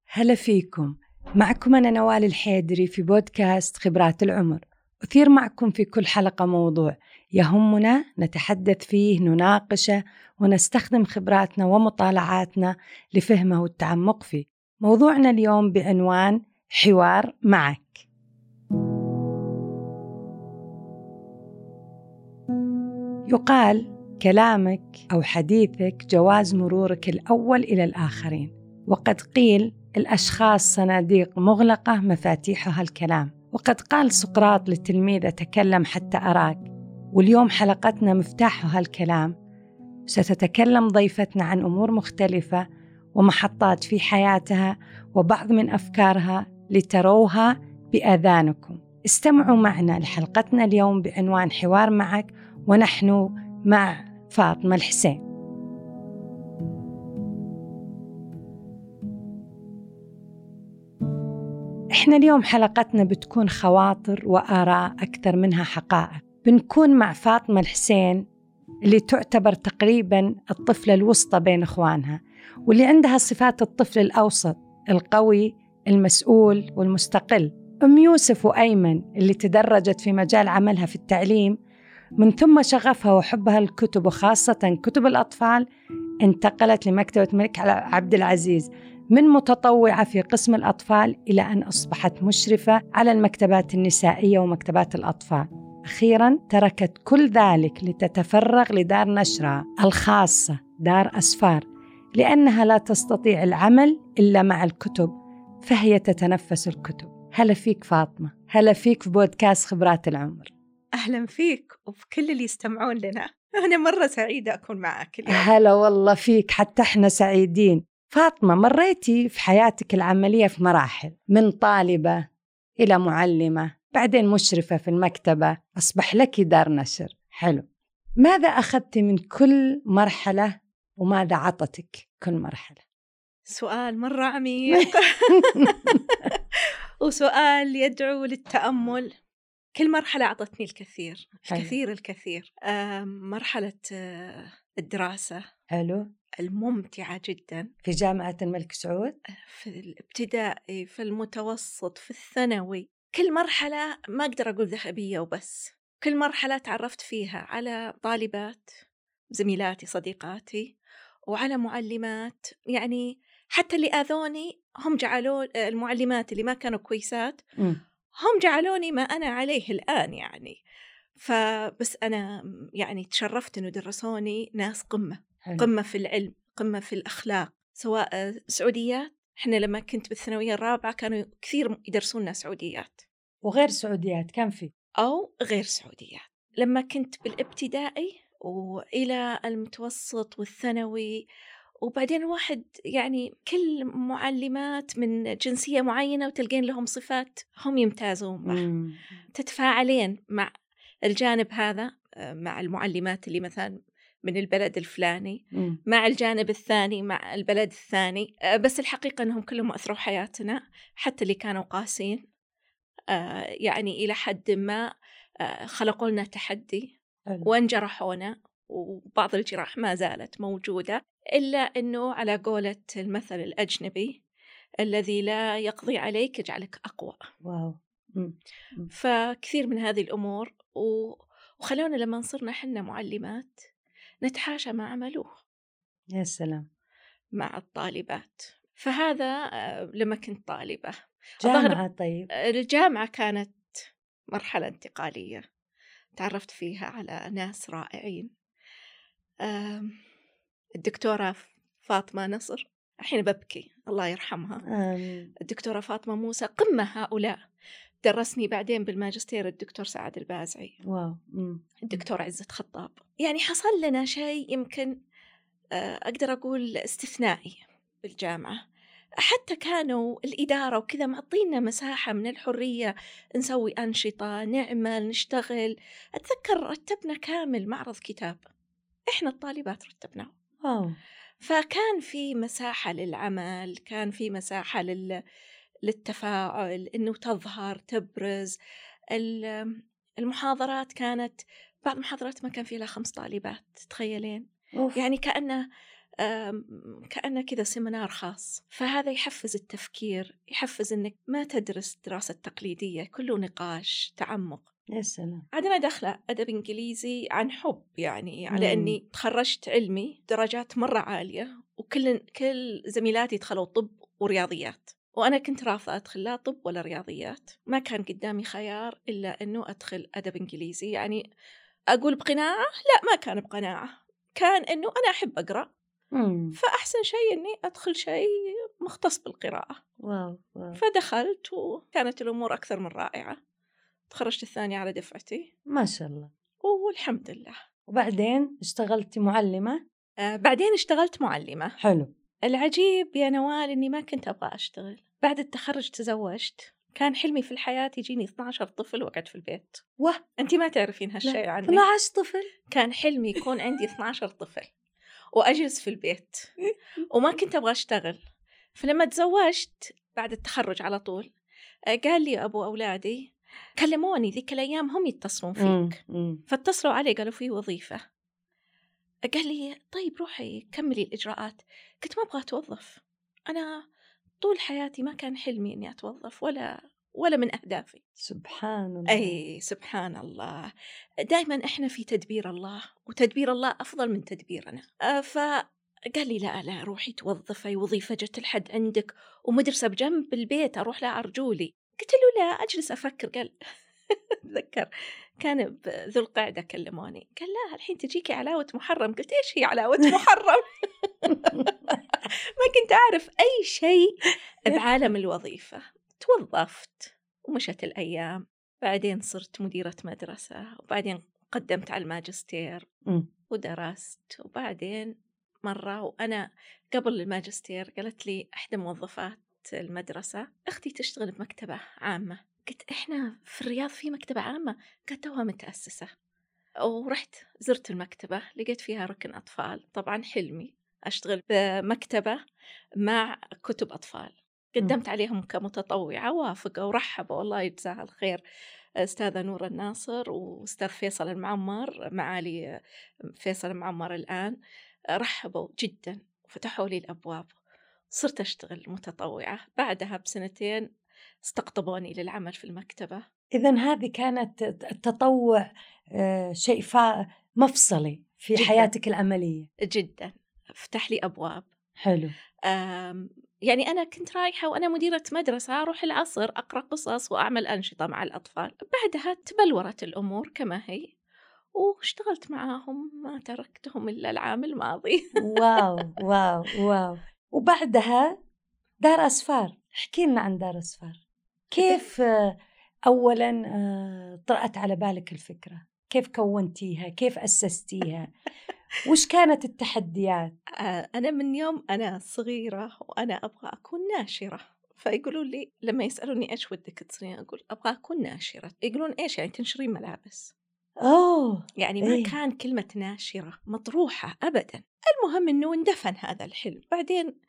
هلا فيكم. معكم أنا نوال الحيدري في بودكاست خبرات العمر. أثير معكم في كل حلقة موضوع يهمنا نتحدث فيه، نناقشه ونستخدم خبراتنا ومطالعاتنا لفهمه والتعمق فيه. موضوعنا اليوم بعنوان حوار معك. يقال كلامك أو حديثك جواز مرورك الأول إلى الآخرين، وقد قيل الأشخاص صناديق مغلقة مفاتيحها الكلام. وقد قال سقراط للتلميذ تكلم حتى أراك. واليوم حلقتنا مفتاحها الكلام. ستتكلم ضيفتنا عن أمور مختلفة ومحطات في حياتها وبعض من أفكارها لتروها بآذانكم. استمعوا معنا لحلقتنا اليوم بعنوان حوار معك، ونحن مع فاطمة الحسين. إحنا اليوم حلقتنا بتكون خواطر وآراء أكثر منها حقائق. بنكون مع فاطمة الحسين اللي تعتبر تقريباً الطفلة الوسطى بين إخوانها، واللي عندها صفات الطفل الأوسط القوي المسؤول والمستقل. أم يوسف وأيمن اللي تدرجت في مجال عملها في التعليم، من ثم شغفها وحبها الكتب وخاصة كتب الأطفال انتقلت لمكتبة الملك عبد العزيز من متطوعة في قسم الأطفال إلى أن أصبحت مشرفة على المكتبات النسائية ومكتبات الأطفال. أخيراً تركت كل ذلك لتتفرغ لدار نشرها الخاصة دار أسفار، لأنها لا تستطيع العمل إلا مع الكتب، فهي تتنفس الكتب. هلا فيك فاطمة، هلا فيك في بودكاست خبرات العمر. أهلا فيك وفي كل اللي يستمعون لنا. أنا مرة سعيدة أكون معك اليوم. هلا والله فيك، حتى احنا سعيدين. فاطمة، مريتي في حياتك العملية في مراحل، من طالبة إلى معلمة، بعدين مشرفة في المكتبة، أصبح لك دار نشر. حلو. ماذا أخذت من كل مرحلة وماذا عطتك كل مرحلة؟ سؤال مرة عميق وسؤال يدعو للتأمل. كل مرحلة أعطتني الكثير. الكثير. مرحلة الدراسة. حلو. الممتعة جدا في جامعة الملك سعود، في الابتدائي، في المتوسط، في الثانوي. كل مرحلة ما أقدر أقول ذهبية وبس. كل مرحلة تعرفت فيها على طالبات زميلاتي صديقاتي، وعلى معلمات. يعني حتى اللي آذوني هم جعلوا المعلمات اللي ما كانوا كويسات هم جعلوني ما أنا عليه الآن. يعني فبس أنا يعني تشرفت إنه درسوني ناس قمة في العلم، قمة في الأخلاق، سواء سعوديات. إحنا لما كنت بالثانوية الرابعة كانوا كثير يدرسوننا سعوديات وغير سعوديات كان في، أو غير سعوديات. لما كنت بالابتدائي وإلى المتوسط والثانوي، وبعدين الواحد يعني كل معلمات من جنسية معينة وتلقين لهم صفات هم يمتازون بها. تتفاعلين مع الجانب هذا مع المعلمات اللي مثلا من البلد الفلاني، مع الجانب الثاني مع البلد الثاني. بس الحقيقة أنهم كلهم أثروا حياتنا، حتى اللي كانوا قاسين. يعني إلى حد ما خلقوا لنا تحدي وانجرحونا، وبعض الجراح ما زالت موجودة، إلا أنه على قولة المثل الأجنبي الذي لا يقضي عليك يجعلك أقوى. واو. فكثير من هذه الأمور وخلونا لما صرنا حنا معلمات نتحاشى ما عملوه. يا سلام. مع الطالبات. فهذا لما كنت طالبة. جامعة. طيب الجامعة كانت مرحلة انتقالية تعرفت فيها على ناس رائعين. الدكتورة فاطمة نصر، الحين ببكي الله يرحمها. الدكتورة فاطمة موسى، قمة هؤلاء. درسني بعدين بالماجستير الدكتور سعد البازعي. واو. الدكتور عزت خطاب. يعني حصل لنا شيء يمكن أقدر أقول استثنائي بالجامعة. حتى كانوا الإدارة وكذا معطينا مساحة من الحرية، نسوي أنشطة، نعمل، نشتغل. أتذكر رتبنا كامل معرض كتاب، إحنا الطالبات رتبناه. فكان في مساحة للعمل، كان في مساحة للتفاعل، إنه تظهر تبرز. المحاضرات كانت بعض المحاضرات ما كان فيها 5 طالبات، تخيلين؟ يعني كأنه كأنه كذا سيمينار خاص، فهذا يحفز التفكير، يحفز إنك ما تدرس دراسة تقليدية، كله نقاش تعمق. يا سلام. عاد أنا داخلة أدب إنجليزي عن حب، يعني على إني تخرجت علمي درجات مرة عالية، كل زميلاتي دخلوا طب ورياضيات، وأنا كنت رافضة أدخل لا طب ولا رياضيات. ما كان قدامي خيار إلا إنه أدخل أدب إنجليزي. يعني أقول بقناعة؟ لا، ما كان بقناعة، كان إنه أنا أحب أقرأ، فأحسن شيء إني أدخل شيء مختص بالقراءة. واو واو. فدخلت وكانت الأمور أكثر من رائعة. تخرجت الثانية على دفعتي ما شاء الله، والحمد لله. وبعدين اشتغلتي معلمة؟ بعدين اشتغلت معلمة. حلو. العجيب يا نوال إني ما كنت أبغى أشتغل. بعد التخرج تزوجت، كان حلمي في الحياة يجيني 12 طفل وأقعد في البيت. أنتي ما تعرفين هالشيء عني. 12 طفل؟ كان حلمي يكون عندي 12 طفل وأجلس في البيت وما كنت أبغى أشتغل. فلما تزوجت بعد التخرج على طول، قال لي أبو أولادي، كلموني ذيك الأيام هم يتصلون فيك، فاتصلوا علي قالوا في وظيفة. قال لي طيب روحي كملي الإجراءات. قلت ما أبغى أتوظف، أنا طول حياتي ما كان حلمي إني أتوظف ولا من أهدافي. سبحان الله. أي سبحان الله. دائما إحنا في تدبير الله، وتدبير الله أفضل من تدبيرنا. فقال لي لا روحي توظفي، وظيفة جت لحد عندك ومدرسة بجنب البيت أروح لها أرجولي. قلت له لا، أجلس أفكر. قال أتذكر كان بذو القعدة كلموني، قال لا الحين تجيكي علاوة محرم. قلت إيش هي علاوة محرم؟ ما كنت أعرف أي شيء بعالم الوظيفة. توظفت ومشت الأيام، بعدين صرت مديرة مدرسة، وبعدين قدمت على الماجستير ودرست. وبعدين مرة وأنا قبل الماجستير قالت لي إحدى موظفات المدرسة، أختي تشتغل بمكتبة عامة. قلت إحنا في الرياض في مكتبة عامة؟ قالت توها متأسسة. ورحت زرت المكتبة، لقيت فيها ركن أطفال. طبعا حلمي أشتغل بمكتبة مع كتب أطفال. قدمت عليهم كمتطوعة، وافقوا ورحبوا، والله يجزاها الخير أستاذة نور الناصر وأستاذ فيصل المعمر، معالي فيصل المعمر الآن، رحبوا جدا وفتحوا لي الأبواب. صرت أشتغل متطوعة. بعدها بسنتين استقطبوني للعمل في المكتبة. إذن هذه كانت التطوع شيء مفصلي في جداً. حياتك العملية. جدا فتح لي أبواب. حلو. يعني أنا كنت رايحة وأنا مديرة مدرسة أروح العصر أقرأ قصص وأعمل أنشطة مع الأطفال. بعدها تبلورت الأمور كما هي واشتغلت معاهم، ما تركتهم إلا العام الماضي. واو واو واو. وبعدها دار أسفار، احكي لنا عن دار أسفار. كيف أولاً طرأت على بالك الفكرة؟ كيف كونتيها؟ كيف أسستيها؟ وش كانت التحديات؟ أنا من يوم أنا صغيرة وأنا أبغى أكون ناشرة. فيقولوا لي لما يسألوني إيش ودك تصيرين، أقول أبغى أكون ناشرة. يقولون إيش يعني تنشرين ملابس؟ يعني ما كان كلمة ناشرة مطروحة أبداً. المهم إنه اندفن هذا الحلم. بعدين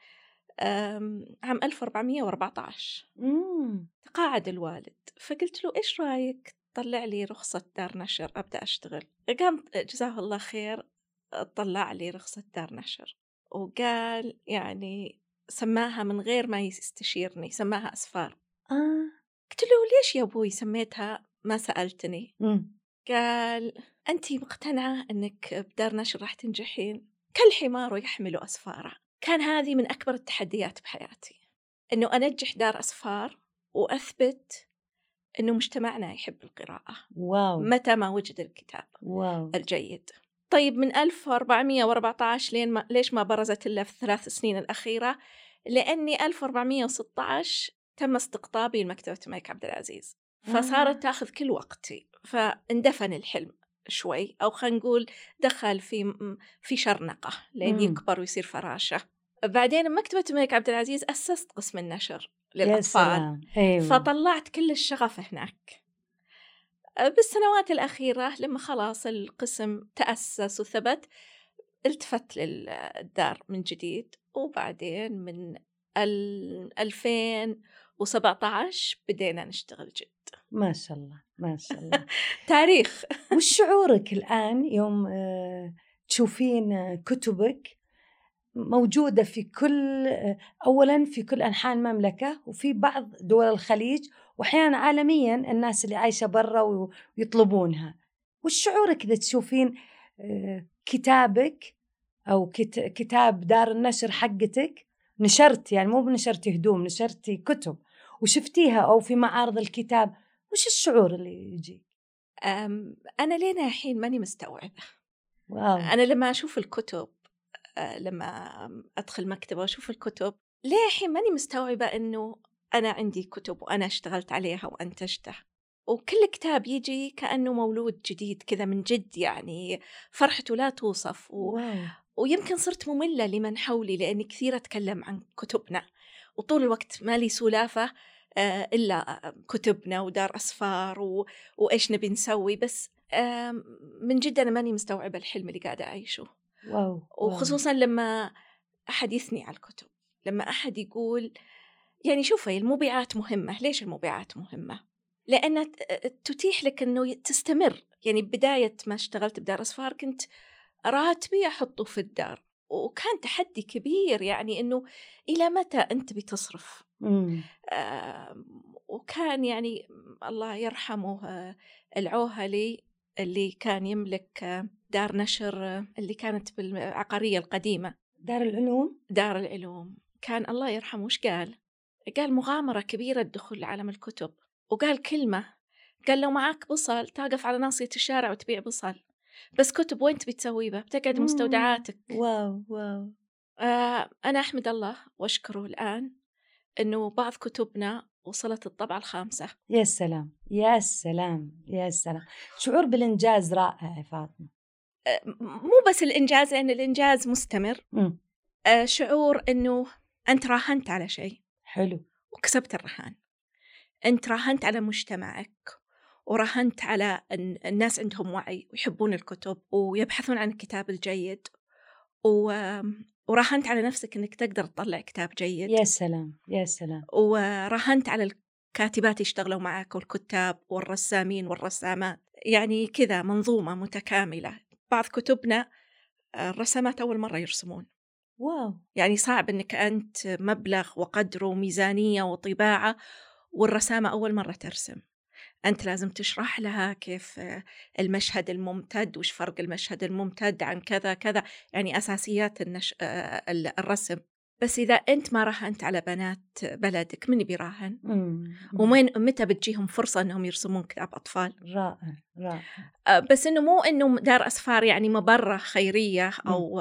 عام 1414 تقاعد الوالد، فقلت له إيش رأيك طلع لي رخصة دار نشر أبدأ أشتغل. قام جزاه الله خير طلع لي رخصة دار نشر، وقال يعني سماها من غير ما يستشيرني، سماها أسفار. قلت له ليش يا أبوي سميتها ما سألتني؟ قال أنتي مقتنعة أنك بدار نشر راح تنجحين؟ كالحمار يحمل أسفاره. كان هذه من أكبر التحديات بحياتي، أنه أنجح دار أسفار وأثبت أنه مجتمعنا يحب القراءة. واو. متى ما وجد الكتاب واو. الجيد. طيب من 1414 ليش ما برزت إلا في 3 سنين الأخيرة؟ لأني 1416 تم استقطابي لمكتبة الملك عبد العزيز، فصارت تأخذ كل وقتي، فاندفن الحلم شوي، أو خلينا نقول دخل في شرنقة لين يكبر ويصير فراشة. بعدين مكتبة الملك عبد العزيز أسست قسم النشر للأطفال. أيوة. فطلعت كل الشغف هناك. بالسنوات الأخيرة لما خلاص القسم تأسس وثبت، التفت للدار من جديد. وبعدين من 2017 بدينا نشتغل جد. ما شاء الله ما شاء الله. تاريخ. وش شعورك الآن يوم تشوفين كتبك موجودة في كل، أولاً في كل أنحاء المملكة، وفي بعض دول الخليج، وأحياناً عالمياً الناس اللي عايشة برا ويطلبونها. والشعورك إذا تشوفين كتابك أو كتاب دار النشر حقتك نشرت، يعني مو بنشرتي هدوم، نشرتي كتب وشفتيها أو في معارض الكتاب، وش الشعور اللي يجي؟ أنا لين الحين ماني مستوعبة. واو. أنا لما أشوف الكتب، لما أدخل مكتبة وأشوف الكتب، ليه الحين ماني مستوعبة إنه أنا عندي كتب وأنا اشتغلت عليها وأنتجتها، وكل كتاب يجي كأنه مولود جديد كذا من جد، يعني فرحته لا توصف. ويمكن صرت مملة لمن حولي لأني كثير أتكلم عن كتبنا، وطول الوقت مالي سلافة إلا كتبنا ودار أسفار وإيش نبي نسوي. بس من جد أنا ماني مستوعبة الحلم اللي قاعدة أعيشه. واو. وخصوصا لما أحد يثني على الكتب، لما أحد يقول يعني شوفي المبيعات مهمة. ليش المبيعات مهمة؟ لأنها تتيح لك أنه تستمر. يعني بداية ما اشتغلت بدار أسفار كنت راتبي أحطه في الدار، وكان تحدي كبير، يعني أنه إلى متى أنت بتصرف. وكان يعني الله يرحمه العوهلي اللي كان يملك دار نشر اللي كانت بالعقارية القديمة، دار العلوم. كان الله يرحمه وش قال مغامرة كبيرة الدخول لعالم الكتب، وقال كلمة، قال لو معاك بصل تقف على ناصية الشارع وتبيع بصل، بس كتب وين تبي تسوي بها؟ بتقعد مستودعاتك. واو. أنا أحمد الله وأشكره الآن إنه بعض كتبنا وصلت الطبعة 5. يا سلام يا سلام يا سلام، شعور بالإنجاز رائع يا فاطمة. مو بس الإنجاز، لأن الإنجاز مستمر. شعور إنه أنت راهنت على شيء حلو وكسبت الرهان. أنت راهنت على مجتمعك، وراهنت على أن الناس عندهم وعي ويحبون الكتب ويبحثون عن الكتاب الجيد، وراهنت على نفسك أنك تقدر تطلع كتاب جيد. يا سلام يا سلام. وراهنت على الكاتبات يشتغلوا معك والكتاب والرسامين والرسامات، يعني كذا منظومة متكاملة. بعض كتبنا الرسامات أول مرة يرسمون. واو. يعني صعب أنك أنت مبلغ وقدره وميزانية وطباعة والرسامة أول مرة ترسم. أنت لازم تشرح لها كيف المشهد الممتد، وش فرق المشهد الممتد عن كذا كذا، يعني أساسيات الرسم. بس إذا أنت ما راهنت على بنات بلدك، من بيراهن؟ متى بتجيهم فرصة أنهم يرسمون كتاب أطفال؟ رائع رائع. بس إنه مو إنه دار أسفار يعني مبرة خيرية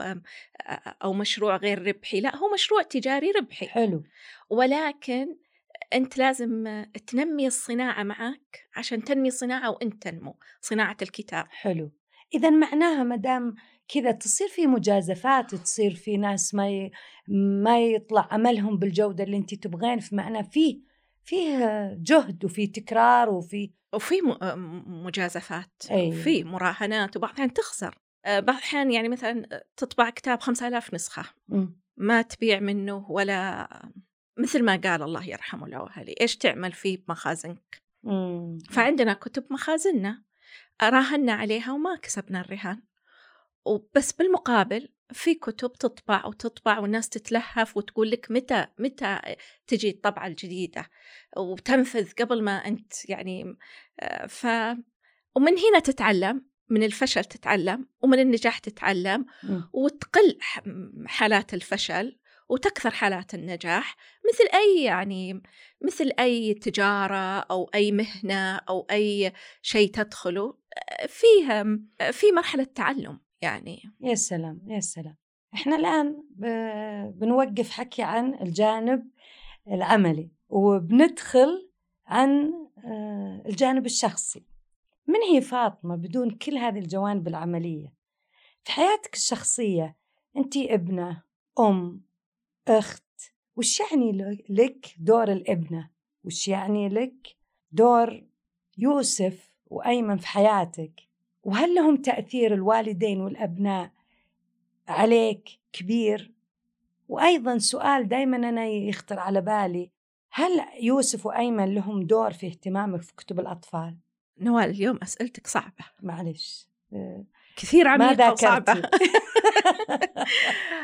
أو مشروع غير ربحي، لا، هو مشروع تجاري ربحي. حلو. ولكن أنت لازم تنمي الصناعة معك عشان تنمي الصناعة وأنت تنمو صناعة الكتاب. حلو. إذا معناها مدام كذا تصير في مجازفات، تصير في ناس ما يطلع عملهم بالجودة اللي أنت تبغين، في معنى فيه جهد وفي تكرار وفي مجازفات وفي مراهنات، وبعض الأحيان تخسر. بعض الأحيان يعني مثلا تطبع كتاب 5000 نسخة ما تبيع منه، ولا مثل ما قال الله يرحمه العوهلي إيش تعمل فيه بمخازنك. فعندنا كتب مخازننا راهنا عليها وما كسبنا الرهان، وبس بالمقابل في كتب تطبع والناس تتلهف وتقول لك متى تجي الطبعة الجديدة، وتنفذ قبل ما أنت يعني. ومن هنا تتعلم، من الفشل تتعلم، ومن النجاح تتعلم، وتقل حالات الفشل وتكثر حالات النجاح، مثل أي تجارة أو أي مهنة أو أي شيء تدخله في مرحلة تعلم يعني. يا سلام يا سلام. إحنا الآن بنوقف حكي عن الجانب العملي وبندخل عن الجانب الشخصي. من هي فاطمة بدون كل هذه الجوانب العملية في حياتك الشخصية؟ أنتي ابنة، أخت، وش يعني لك دور الابنة؟ وش يعني لك دور يوسف وأيمن في حياتك؟ وهل لهم تأثير الوالدين والأبناء عليك كبير؟ وأيضا سؤال دايما أنا يخطر على بالي، هل يوسف وأيمن لهم دور في اهتمامك في كتب الأطفال؟ نوال اليوم أسئلتك صعبة، معلش، كثير عميقة وصعبة.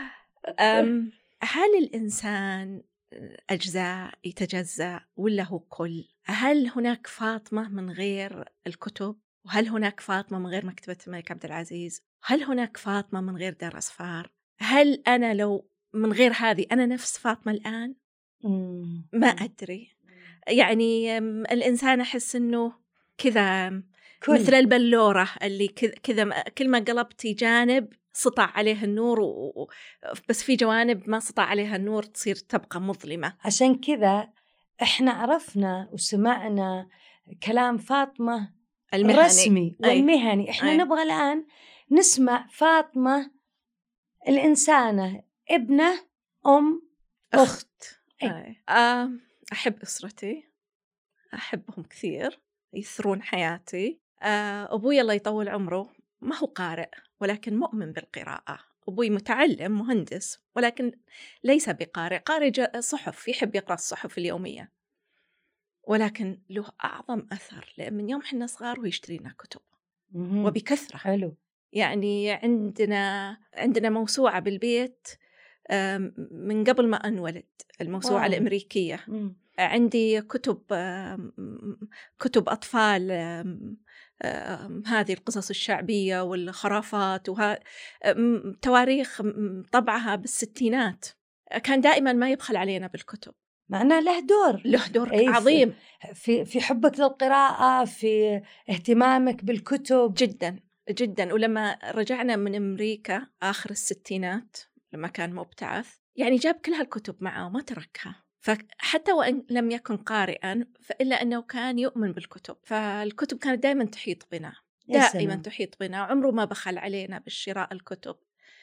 هل الإنسان أجزاء يتجزأ ولا هو كل؟ هل هناك فاطمة من غير الكتب؟ وهل هناك فاطمة من غير مكتبة الملك عبد العزيز؟ هل هناك فاطمة من غير دار أسفار؟ هل أنا لو من غير هذه أنا نفس فاطمة الآن؟ ما أدري. يعني الإنسان أحس إنه كذا مثل البلورة اللي كذا كل ما قلبتي جانب سطع عليها النور بس في جوانب ما سطع عليها النور تصير تبقى مظلمة. عشان كذا إحنا عرفنا وسمعنا كلام فاطمة الرسمي والمهني. إحنا نبغى الآن نسمع فاطمة الإنسانة، ابنة، أم، أخت. أحب أسرتي، أحبهم كثير، يثرون حياتي. أبوي الله يطول عمره ما هو قارئ ولكن مؤمن بالقراءة. أبوي متعلم مهندس ولكن ليس بقارئ، قارئ صحف، يحب يقرأ الصحف اليومية، ولكن له أعظم أثر لأن من يوم حنا صغار ويشتري لنا كتب وبكثرة. حلو. يعني عندنا موسوعة بالبيت من قبل ما أنولد، الموسوعة الأمريكية. عندي كتب أطفال، هذه القصص الشعبية والخرافات تواريخ طبعها بالستينات. كان دائما ما يبخل علينا بالكتب، معناه له دور عظيم في حبك للقراءة، في اهتمامك بالكتب. جدا جدا. ولما رجعنا من أمريكا آخر الستينات لما كان مبتعث، يعني جاب كل هالكتب معه وما تركها. فحتى وإن لم يكن قارئا فإلا أنه كان يؤمن بالكتب، فالكتب كانت دائما تحيط بنا، دائما تحيط بنا، عمره ما بخل علينا بالشراء الكتب.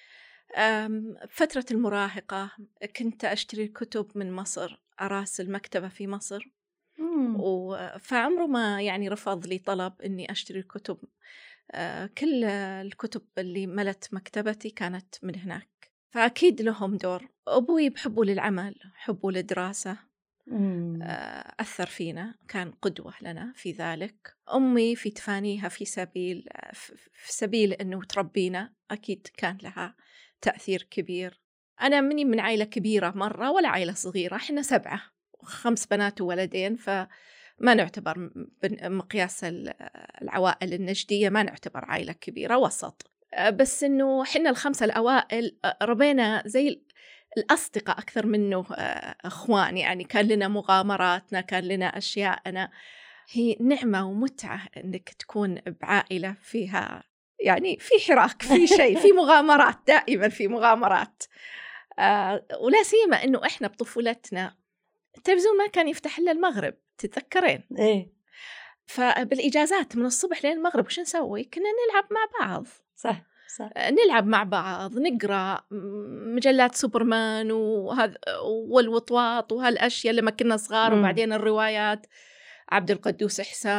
فترة المراهقة كنت أشتري الكتب من مصر، أراسل مكتبة في مصر، فعمره ما يعني رفض لي طلب أني أشتري الكتب. كل الكتب اللي ملت مكتبتي كانت من هناك، فأكيد لهم دور. أبوي بحبه للعمل، حبه للدراسة، أثر فينا، كان قدوة لنا في ذلك. أمي في تفانيها في سبيل أنه تربينا، أكيد كان لها تأثير كبير. أنا مني من عائلة كبيرة مرة ولا عائلة صغيرة، إحنا 7 5 بنات وولدين، فما نعتبر مقياس العوائل النجدية ما نعتبر عائلة كبيرة، وسط. بس إنه إحنا ال5 الأوائل ربينا زي الأصدقاء أكثر منه أخوان. يعني كان لنا مغامراتنا، كان لنا أشياءنا. هي نعمة ومتعة إنك تكون بعائلة فيها يعني في حراك، في شيء، في مغامرات، دائما في مغامرات. ولا سيما إنه إحنا بطفولتنا التلفزيون ما كان يفتح إلا المغرب، تتذكرين؟ إيه. فبالإجازات من الصبح لين المغرب وش نسوي؟ كنا نلعب مع بعض. صح. نلعب مع بعض، نقرأ مجلات سوبرمان والوطواط وهالأشياء لما كنا صغار. وبعدين الروايات، عبد القدوس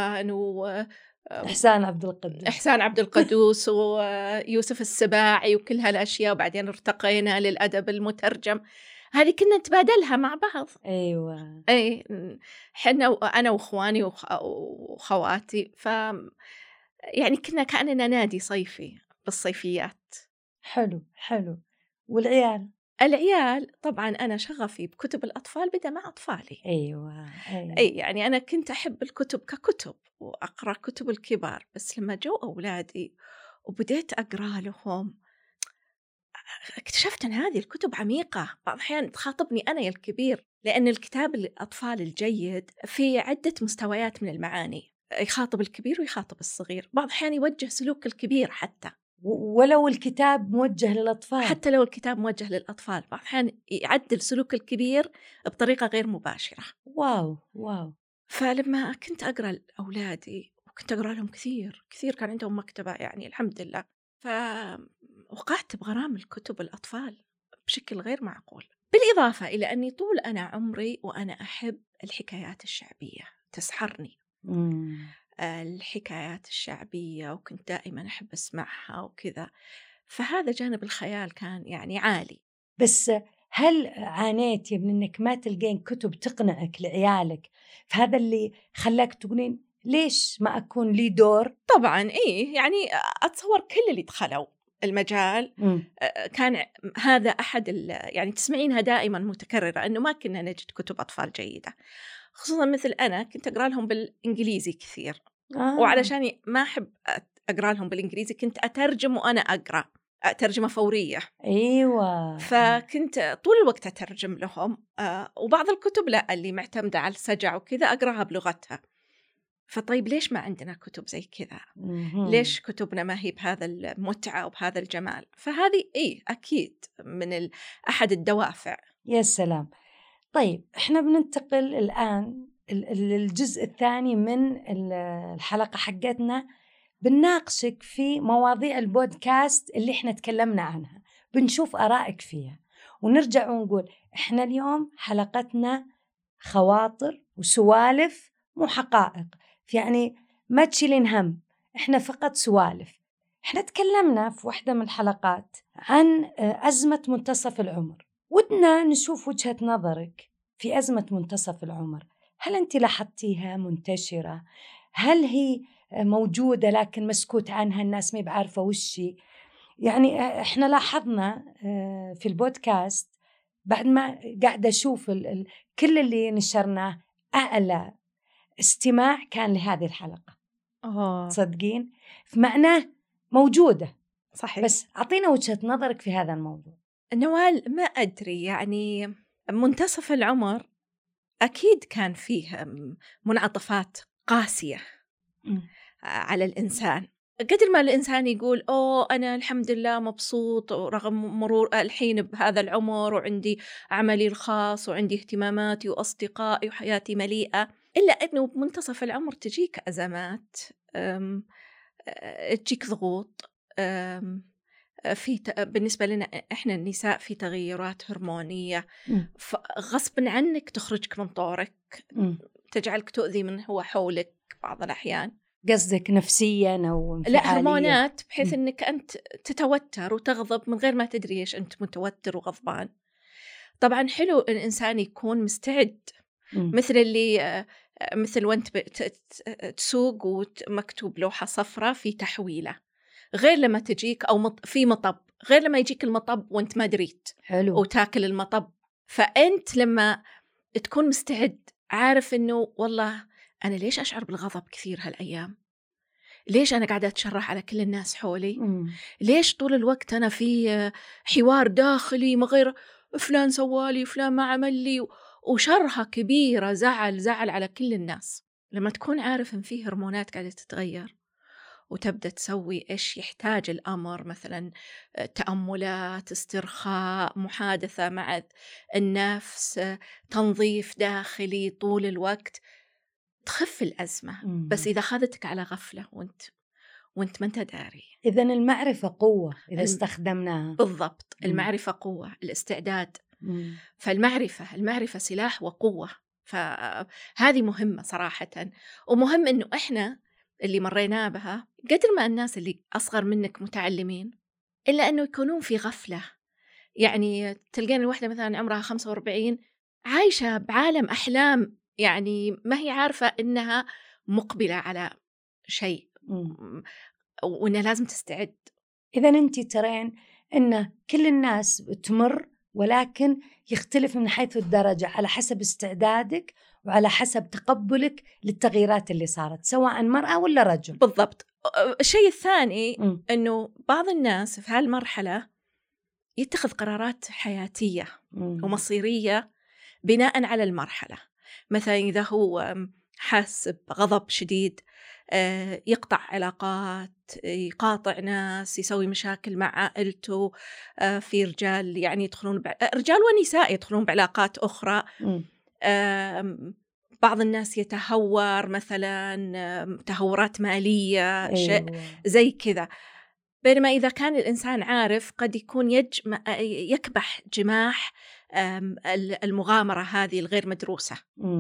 إحسان عبد القدوس ويوسف السباعي وكل هالأشياء. وبعدين ارتقينا للأدب المترجم، هذه كنا نتبادلها مع بعض. أيوة. أي حنا أنا وإخواني وخواتي، يعني كنا كأننا نادي صيفي بالصيفيات. حلو. والعيال طبعا أنا شغفي بكتب الأطفال بدأ مع أطفالي. أيوة. أي يعني أنا كنت أحب الكتب ككتب وأقرأ كتب الكبار، بس لما جو أولادي وبديت أقرأ لهم اكتشفت أن هذه الكتب عميقة، بعض الأحيان تخاطبني أنا يا الكبير، لأن الكتاب الأطفال الجيد في عدة مستويات من المعاني، يخاطب الكبير ويخاطب الصغير، بعض الأحيان يوجه سلوك الكبير حتى ولو الكتاب موجه للأطفال، حتى لو الكتاب موجه للأطفال بعض الأحيان يعدل سلوك الكبير بطريقة غير مباشرة. واو. فلما كنت أقرأ لأولادي وكنت أقرأ لهم كثير كان عندهم مكتبة يعني الحمد لله، وقعت بغرام الكتب الأطفال بشكل غير معقول. بالإضافة إلى أني طول أنا عمري وأنا أحب الحكايات الشعبية، تسحرني الحكايات الشعبية، وكنت دائما أحب أسمعها وكذا. فهذا جانب الخيال كان يعني عالي. بس هل عانيتي من أنك ما تلقين كتب تقنعك لعيالك؟ فهذا اللي خلاك تقولين ليش ما أكون لي دور؟ طبعا إيه، يعني أتصور كل اللي دخلوا المجال كان هذا أحد يعني تسمعينها دائما متكررة، أنه ما كنا نجد كتب أطفال جيدة، خصوصا مثل أنا كنت أقرأ لهم بالإنجليزي كثير. وعلشان ما أحب أقرأ لهم بالإنجليزي كنت أترجم وأنا أقرأ ترجمة فورية. أيوة. فكنت طول الوقت أترجم لهم. وبعض الكتب لا، اللي معتمدة على السجع وكذا أقرأها بلغتها. فطيب ليش ما عندنا كتب زي كذا؟ ليش كتبنا ما هي بهذا المتعة وبهذا الجمال؟ فهذه أكيد من أحد الدوافع. يا سلام. طيب إحنا بننتقل الآن الجزء الثاني من الحلقة حقتنا، بنناقشك في مواضيع البودكاست اللي إحنا تكلمنا عنها، بنشوف آرائك فيها ونرجع ونقول إحنا اليوم حلقتنا خواطر وسوالف مو حقائق، يعني ما تشيلين هم، إحنا فقط سوالف. إحنا تكلمنا في واحدة من الحلقات عن أزمة منتصف العمر، ودنا نشوف وجهة نظرك في أزمة منتصف العمر. هل أنت لاحظتيها منتشرة؟ هل هي موجودة لكن مسكوت عنها، الناس ما بعارفة وشي؟ يعني إحنا لاحظنا في البودكاست بعد ما قاعدة أشوف كل اللي نشرناه أعلى استماع كان لهذه الحلقة. تصدقين؟ معناه موجودة. صحيح. بس أعطينا وجهة نظرك في هذا الموضوع. نوال، ما أدري، يعني منتصف العمر أكيد كان فيه منعطفات قاسية على الإنسان. قدر ما الإنسان يقول أنا الحمد لله مبسوط رغم مرور الحين بهذا العمر، وعندي عملي الخاص وعندي اهتماماتي وأصدقائي وحياتي مليئة، إلا أنه بمنتصف العمر تجيك أزمات، تجيك ضغوط، بالنسبة لنا إحنا النساء في تغيرات هرمونية غصب عنك تخرجك من طورك، تجعلك تؤذي من هو حولك بعض الأحيان. قصدك نفسيا أو انفعاليا؟ لا، هرمونات، بحيث أنك أنت تتوتر وتغضب من غير ما تدري إيش أنت متوتر وغضبان. طبعا حلو الإنسان يكون مستعد، مثل اللي مثل وانت تسوق ومكتوب لوحة صفراء في تحويلة، غير لما تجيك أو في مطب، غير لما يجيك المطب وانت ما دريت وتاكل المطب. فأنت لما تكون مستعد عارف أنه والله أنا ليش أشعر بالغضب كثير هالأيام؟ ليش أنا قاعدة أتشرح على كل الناس حولي؟ ليش طول الوقت أنا في حوار داخلي ما غير فلان سوالي فلان ما عمل لي، وشرها كبيرة، زعل على كل الناس. لما تكون عارف إن فيه هرمونات قاعدة تتغير وتبدأ تسوي إيش يحتاج الأمر، مثلا تأملات، استرخاء، محادثة مع النفس، تنظيف داخلي طول الوقت، تخف الأزمة. بس إذا أخذتك على غفلة وانت ما انت داري. إذن المعرفة قوة إذا استخدمناها. بالضبط. المعرفة قوة، الاستعداد. فالمعرفة سلاح وقوة. فهذه مهمة صراحة. ومهم إنه إحنا اللي مرينا بها، قدر ما الناس اللي أصغر منك متعلمين، إلا أنه يكونون في غفلة. يعني تلقين الوحدة مثلا عمرها 45 عايشة بعالم أحلام، يعني ما هي عارفة إنها مقبلة على شيء وإنها لازم تستعد. إذا أنت ترين إن كل الناس تمر، ولكن يختلف من حيث الدرجة على حسب استعدادك وعلى حسب تقبلك للتغييرات اللي صارت، سواء مرأة ولا رجل. بالضبط. الشيء الثاني أنه بعض الناس في هالمرحلة يتخذ قرارات حياتية ومصيرية بناء على المرحلة. مثلا إذا هو حاس بغضب شديد يقطع علاقات، يقاطع ناس، يسوي مشاكل مع عائلته. في رجال يعني يدخلون رجال ونساء يدخلون بعلاقات أخرى. بعض الناس يتهور، مثلا تهورات مالية، شيء زي كذا. بينما إذا كان الإنسان عارف قد يكون يكبح جماح المغامرة هذه الغير مدروسة.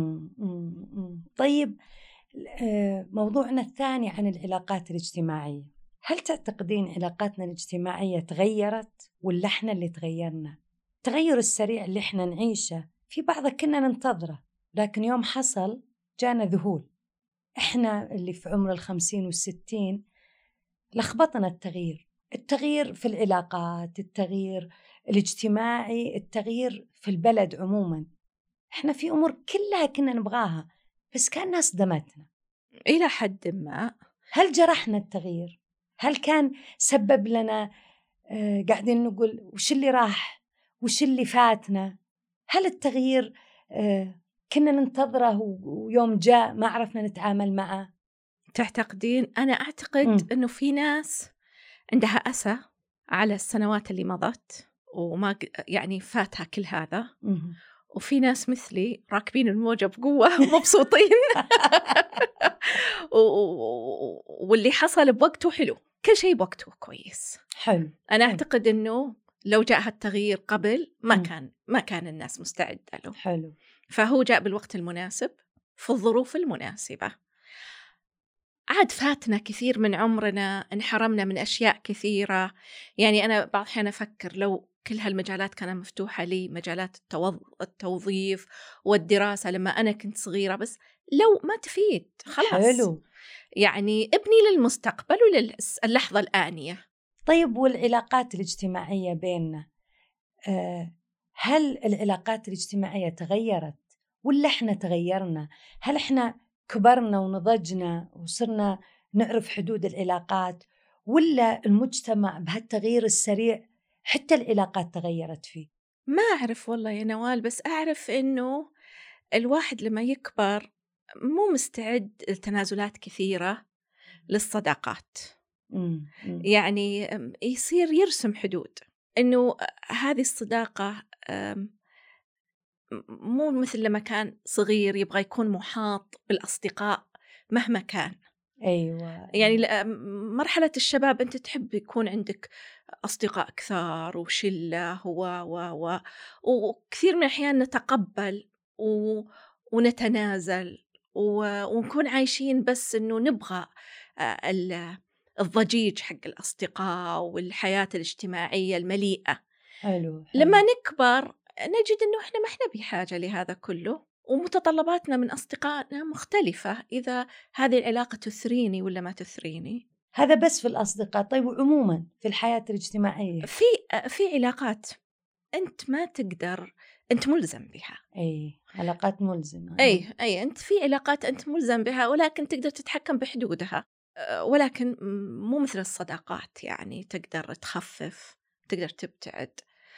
طيب، موضوعنا الثاني عن العلاقات الاجتماعية. هل تعتقدين علاقاتنا الاجتماعية تغيرت ولا احنا اللي تغيرنا؟ التغير السريع اللي احنا نعيشه في بعضه كنا ننتظره، لكن يوم حصل جانا ذهول. احنا اللي في عمر 50 و60 لخبطنا التغيير، التغيير في العلاقات، التغيير الاجتماعي، التغيير في البلد عموما. إحنا في أمور كلها كنا نبغاها بس كأنها صدمتنا إلى حد ما. هل جرحنا التغيير؟ هل كان سبب لنا قاعدين نقول وش اللي راح وش اللي فاتنا؟ هل التغيير كنا ننتظره ويوم جاء ما عرفنا نتعامل معه؟ تعتقدين؟ أنا أعتقد أنه في ناس عندها أسى على السنوات اللي مضت وما يعني فاتها كل هذا، وفي ناس مثلي راكبين الموجة بقوة ومبسوطين واللي حصل بوقته حلو، كل شيء بوقته كويس. حلو. أنا أعتقد أنه لو جاء هالتغيير قبل ما كان الناس مستعدة له. حلو. فهو جاء بالوقت المناسب في الظروف المناسبة. عاد فاتنا كثير من عمرنا، انحرمنا من أشياء كثيرة. يعني أنا بعض الأحيان أفكر لو كل هالمجالات كانت مفتوحة لي، مجالات التوظيف والدراسة لما أنا كنت صغيرة، بس لو ما تفيد خلاص. حلو. يعني ابني للمستقبل وللحظة الآنية. طيب والعلاقات الاجتماعية بيننا، هل العلاقات الاجتماعية تغيرت ولا إحنا تغيرنا؟ هل إحنا كبرنا ونضجنا وصرنا نعرف حدود العلاقات، ولا المجتمع بهالتغيير السريع حتى العلاقات تغيرت فيه؟ ما أعرف والله يا نوال، بس أعرف إنه الواحد لما يكبر مو مستعد لتنازلات كثيرة للصداقات. يعني يصير يرسم حدود، إنه هذه الصداقة مو مثل لما كان صغير يبغى يكون محاط بالأصدقاء مهما كان. أيوة. يعني مرحلة الشباب أنت تحب يكون عندك أصدقاء كثار وشلة وكثير من الأحيان نتقبل ونتنازل ونكون عايشين بس إنه نبغى الضجيج حق الأصدقاء والحياة الاجتماعية المليئة. حلو. لما نكبر نجد إنه إحنا ما إحنا بحاجة لهذا كله، ومتطلباتنا من أصدقائنا مختلفة، إذا هذه العلاقة تثريني ولا ما تثريني. هذا بس في الأصدقاء. طيب وعموما في الحياة الاجتماعية في علاقات أنت ما تقدر، أنت ملزم بها. أي علاقات ملزمة. أي أنت في علاقات أنت ملزم بها، ولكن تقدر تتحكم بحدودها، ولكن مو مثل الصداقات، يعني تقدر تخفف، تقدر تبتعد.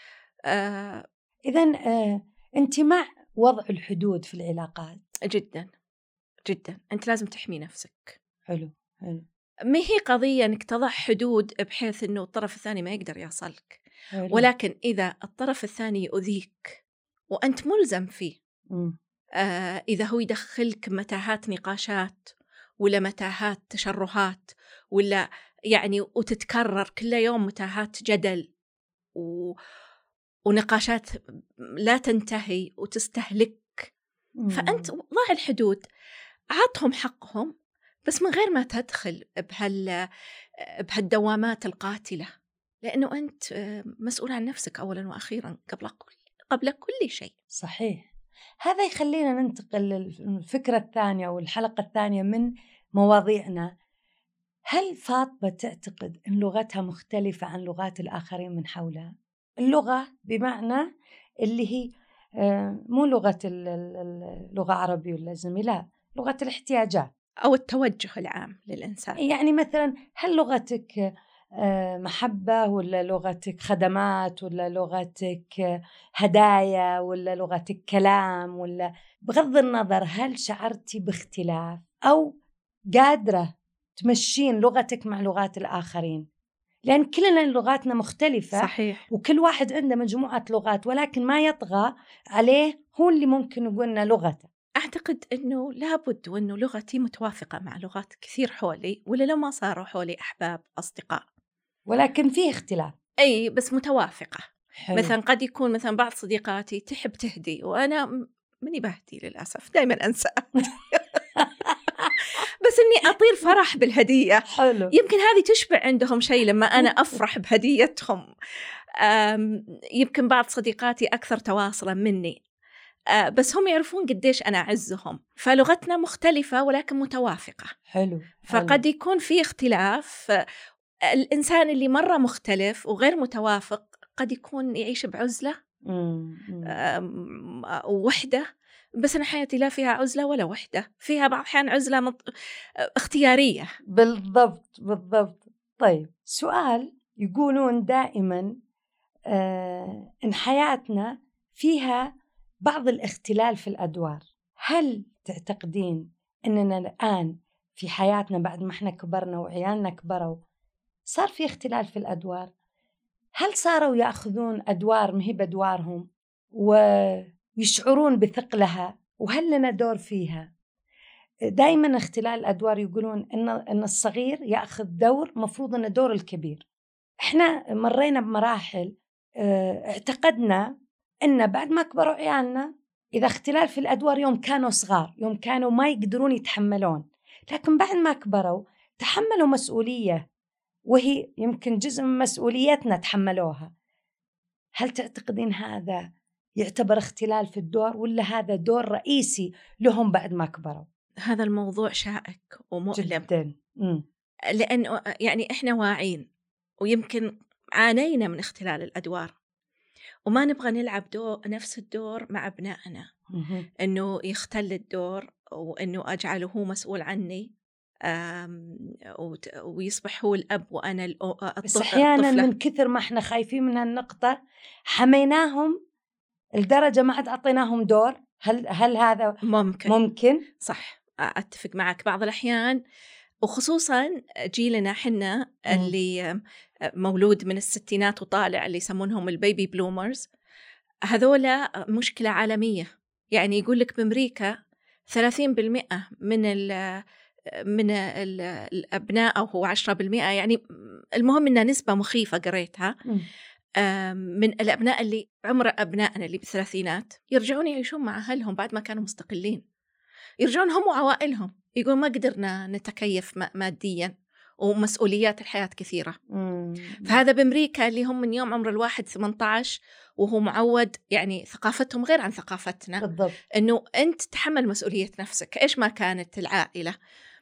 إذن أنت مع وضع الحدود في العلاقات؟ جدا جدا، أنت لازم تحمي نفسك. حلو. حلو. ما هي قضية أنك تضع حدود بحيث أنه الطرف الثاني ما يقدر يصلك. حلو. ولكن إذا الطرف الثاني يؤذيك وأنت ملزم فيه، إذا هو يدخلك متاهات نقاشات ولا متاهات تشرهات ولا يعني وتتكرر كل يوم متاهات جدل ونقاشات لا تنتهي وتستهلك، فأنت ضع الحدود، عطهم حقهم بس من غير ما تدخل بهالدوامات القاتلة، لأنه أنت مسؤول عن نفسك أولا وأخيرا قبل كل شيء. صحيح. هذا يخلينا ننتقل للفكرة الثانية والحلقة الثانية من مواضيعنا. هل فاطمة تعتقد أن لغتها مختلفة عن لغات الآخرين من حولها؟ اللغة بمعنى اللي هي مو لغة اللغة عربية ولا لا، لغة الاحتياجات أو التوجه العام للإنسان. يعني مثلا هل لغتك محبة ولا لغتك خدمات ولا لغتك هدايا ولا لغتك كلام، ولا بغض النظر هل شعرتي باختلاف أو قادرة تمشين لغتك مع لغات الآخرين؟ لأن كلنا لغاتنا مختلفة. صحيح. وكل واحد عنده مجموعة لغات، ولكن ما يطغى عليه هو اللي ممكن يقولنا لغته. أعتقد أنه لابد وأنه لغتي متوافقة مع لغات كثير حولي، ولا لو ما صاروا حولي أحباب أصدقاء، ولكن فيه اختلاف. أي بس متوافقة. حلو. مثلا قد يكون مثلا بعض صديقاتي تحب تهدي وأنا مني بهدي للأسف، دائما أنسى بس إني أطير فرح بالهدية. حلو. يمكن هذه تشبع عندهم شيء لما أنا أفرح بهديتهم. يمكن بعض صديقاتي أكثر تواصلا مني، بس هم يعرفون قديش أنا أعزهم، فلغتنا مختلفة ولكن متوافقة. حلو. فقد يكون في اختلاف. الإنسان اللي مرة مختلف وغير متوافق قد يكون يعيش بعزلة ووحدة. بس أنا حياتي لا فيها عزلة ولا وحدة، فيها بعض الأحيان عزلة اختيارية. بالضبط. طيب سؤال، يقولون دائما إن حياتنا فيها بعض الاختلال في الأدوار. هل تعتقدين أننا الآن في حياتنا بعد ما احنا كبرنا وعيالنا كبروا صار في اختلال في الأدوار؟ هل صاروا يأخذون أدوار مهي بأدوارهم ويشعرون بثقلها، وهل لنا دور فيها؟ دائما اختلال الأدوار يقولون إن الصغير يأخذ دور مفروض إنه دور الكبير. إحنا مرينا بمراحل اعتقدنا إن بعد ما كبروا عيالنا إذا اختلال في الأدوار يوم كانوا صغار، يوم كانوا ما يقدرون يتحملون، لكن بعد ما كبروا تحملوا مسؤولية وهي يمكن جزء من مسؤوليتنا تحملوها. هل تعتقدين هذا يعتبر اختلال في الدور، ولا هذا دور رئيسي لهم بعد ما كبروا؟ هذا الموضوع شائك ومؤلم جدا. لأنه يعني إحنا واعين ويمكن عانينا من اختلال الأدوار، وما نبغى نلعب نفس الدور مع أبنائنا، إنه يختل الدور وإنه أجعله هو مسؤول عني ويصبح هو الأب وأنا الطفل. بس أحيانا من كثر ما إحنا خايفين من هالنقطة حميناهم الدرجة ما عاد أعطيناهم دور. هل هذا ممكن؟ صح، أتفق معك بعض الأحيان، وخصوصا جيلنا حنا اللي مولود من الستينات وطالع، اللي يسمونهم البيبي بلومرز. هذولا مشكلة عالمية. يعني يقول لك بأمريكا 30% من الأبناء، أو هو 10%، يعني المهم إنها نسبة مخيفة قريتها، من الأبناء اللي عمر أبنائنا اللي بالثلاثينات يرجعون يعيشون مع أهلهم بعد ما كانوا مستقلين، يرجعون هم وعوائلهم، يقول ما قدرنا نتكيف ماديا ومسؤوليات الحياة كثيرة. فهذا بأمريكا اللي هم من يوم عمر الواحد 18 وهو معود، يعني ثقافتهم غير عن ثقافتنا. بالضبط. أنه أنت تحمل مسؤولية نفسك إيش ما كانت العائلة.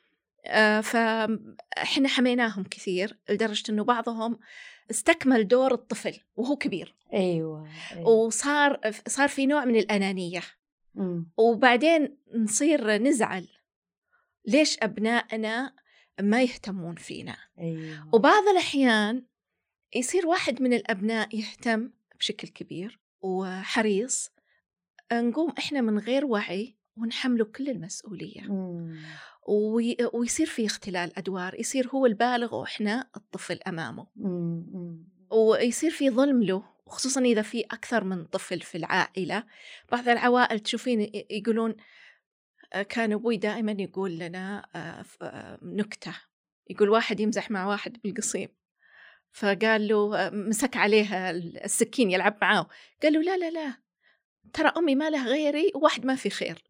فإحنا حميناهم كثير لدرجة أنه بعضهم استكمل دور الطفل وهو كبير. أيوة. وصار في نوع من الأنانية. وبعدين نصير نزعل ليش أبنائنا ما يهتمون فينا. أيوة. وبعض الأحيان يصير واحد من الأبناء يهتم بشكل كبير وحريص، نقوم إحنا من غير وعي ونحمله كل المسؤولية. ويصير في اختلال أدوار، يصير هو البالغ وإحنا الطفل أمامه. ويصير في ظلم له، خصوصا إذا في أكثر من طفل في العائلة. بعض العوائل تشوفين يقولون، كان أبوي دائما يقول لنا نكتة، يقول واحد يمزح مع واحد بالقصيم، فقال له مسك عليها السكين يلعب معاه، قال له لا لا لا، ترى أمي ما له غيري وواحد ما في خير.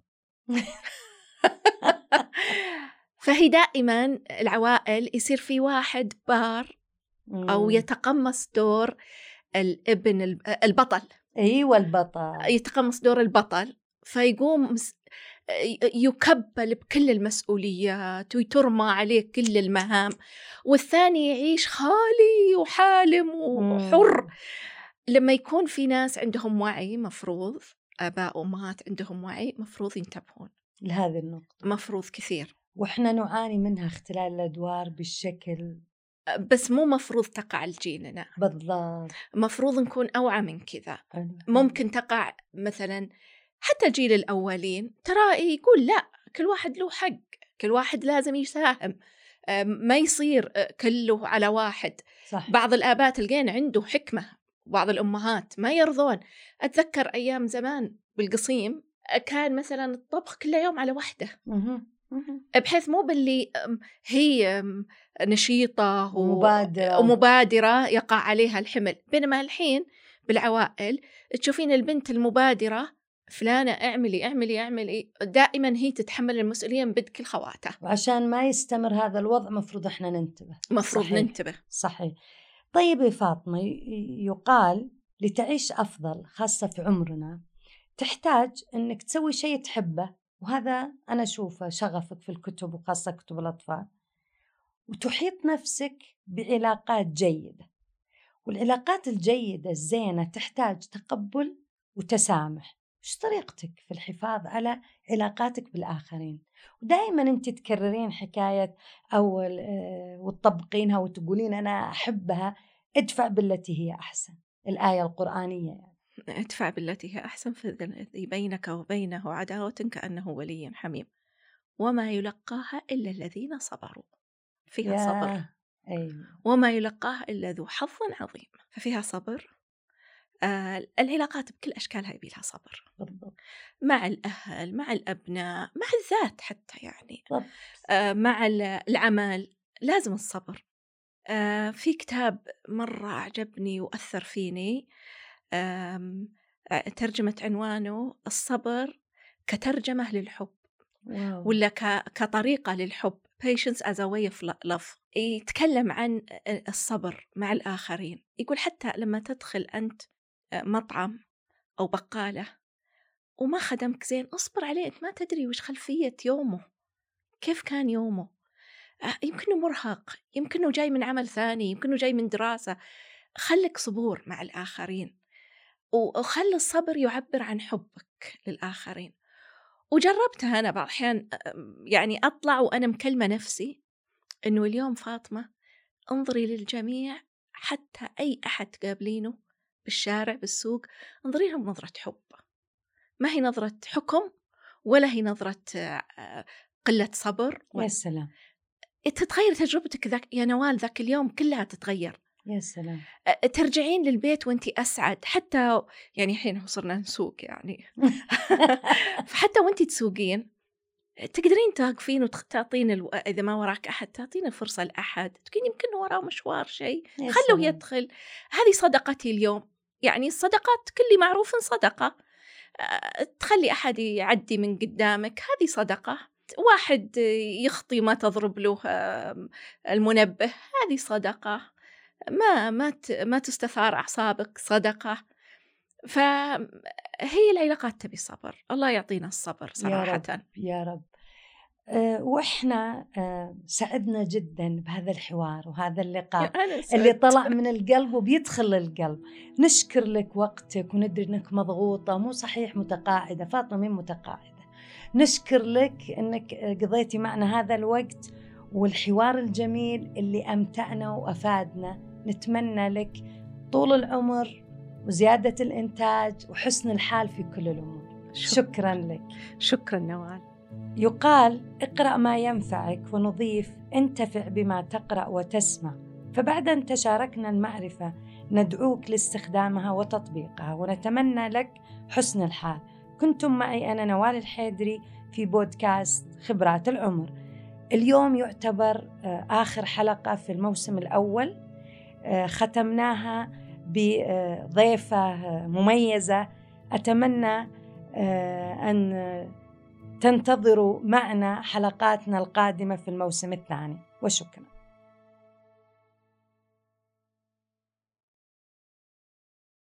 فهي دائما العوائل يصير في واحد بار أو يتقمص دور الابن البطل. أيوة البطل يتقمص دور البطل، فيقوم يكبل بكل المسؤوليات ويترمى عليه كل المهام، والثاني يعيش خالي وحالم وحر. لما يكون في ناس عندهم وعي، مفروض آباء وأمهات عندهم وعي، مفروض ينتبهون لهذه النقطة، مفروض كثير. وإحنا نعاني منها اختلال الأدوار بالشكل، بس مو مفروض تقع لجيلنا. بالضبط، مفروض نكون أوعى من كذا. ممكن تقع مثلا حتى جيل الأولين، ترى يقول لا، كل واحد له حق، كل واحد لازم يساهم، ما يصير كله على واحد. صح. بعض الآباء تلقين عنده حكمة، بعض الأمهات ما يرضون. أتذكر أيام زمان بالقصيم كان مثلا الطبخ كل يوم على وحده، بحيث مو باللي هي نشيطة ومبادرة يقع عليها الحمل. بينما الحين بالعوائل تشوفين البنت المبادرة، فلانة اعملي، دائما هي تتحمل المسؤولية من بدء كل خواته. وعشان ما يستمر هذا الوضع مفروض احنا ننتبه. مفروض ننتبه. صحيح. طيب يا فاطمة، يقال لتعيش أفضل خاصة في عمرنا تحتاج أنك تسوي شيء تحبه، وهذا أنا أشوفه شغفك في الكتب وخاصة كتب الأطفال، وتحيط نفسك بعلاقات جيدة. والعلاقات الجيدة الزينة تحتاج تقبل وتسامح. وش طريقتك في الحفاظ على علاقاتك بالآخرين؟ ودائما أنت تكررين حكاية أول وتطبقينها وتقولين أنا أحبها، ادفع بالتي هي أحسن، الآية القرآنية يعني. ادفع بالتي هي أحسن فالذي بينك وبينه عداوة كأنه ولي حميم وما يلقاها إلا الذين صبروا. فيها صبر. أيوة. وما يلقاها إلا ذو حظ عظيم، ففيها صبر. العلاقات بكل أشكالها يبي لها صبر. بالضبط. مع الأهل، مع الأبناء، مع الذات حتى يعني. بالضبط. مع العمل لازم الصبر. في كتاب مرة أعجبني وأثر فيني، ترجمة عنوانه الصبر كترجمة للحب. واو. ولا كطريقة للحب، patience as a way of love. يتكلم عن الصبر مع الآخرين. يقول حتى لما تدخل أنت مطعم أو بقالة وما خدمك زين، أصبر عليه. أنت ما تدري وش خلفية يومه، كيف كان يومه. يمكنه مرهق، يمكنه جاي من عمل ثاني، يمكنه جاي من دراسة. خلك صبور مع الآخرين، وخلي الصبر يعبر عن حبك للآخرين. وجربتها أنا بعض الأحيان، يعني أطلع وأنا مكلمة نفسي إنه اليوم فاطمة انظري للجميع، حتى أي أحد تقابلينه بالشارع بالسوق انظري لهم نظرة حب، ما هي نظرة حكم ولا هي نظرة قلة صبر. يا سلام. تتغير تجربتك ذاك يا نوال، ذاك اليوم كلها تتغير. يا سلام. ترجعين للبيت وانتي أسعد. حتى يعني حين صرنا نسوق يعني فحتى وانتي تسوقين تقدرين توقفين وتعطين إذا ما وراك أحد تعطين الفرصة لأحد، تقولين يمكن وراه مشوار شيء، خلوه يدخل. هذه صدقتي اليوم. يعني الصدقات كل معروف صدقة. تخلي أحد يعدي من قدامك، هذه صدقة. واحد يخطي ما تضرب له المنبه، هذه صدقة. ما تستثار أعصابك، صدقة. فهي العلاقات تبي صبر. الله يعطينا الصبر صراحة. يا رب يا رب. وإحنا سعدنا جدا بهذا الحوار وهذا اللقاء اللي طلع من القلب وبيدخل للقلب. نشكر لك وقتك، وندري أنك مضغوطة، مو صحيح متقاعدة، فاطمة من متقاعدة. نشكر لك أنك قضيتي معنا هذا الوقت والحوار الجميل اللي أمتعنا وأفادنا. نتمنى لك طول العمر وزيادة الإنتاج وحسن الحال في كل الأمور. شكرا لك. شكرا نوال. يقال اقرأ ما ينفعك، ونضيف انتفع بما تقرأ وتسمع. فبعد أن تشاركنا المعرفة ندعوك لاستخدامها وتطبيقها، ونتمنى لك حسن الحال. كنتم معي أنا نوال الحيدري في بودكاست خبرات العمر. اليوم يعتبر آخر حلقة في الموسم الأول، ختمناها بضيفة مميزة. أتمنى أن تنتظروا معنا حلقاتنا القادمة في الموسم الثاني، وشكرا.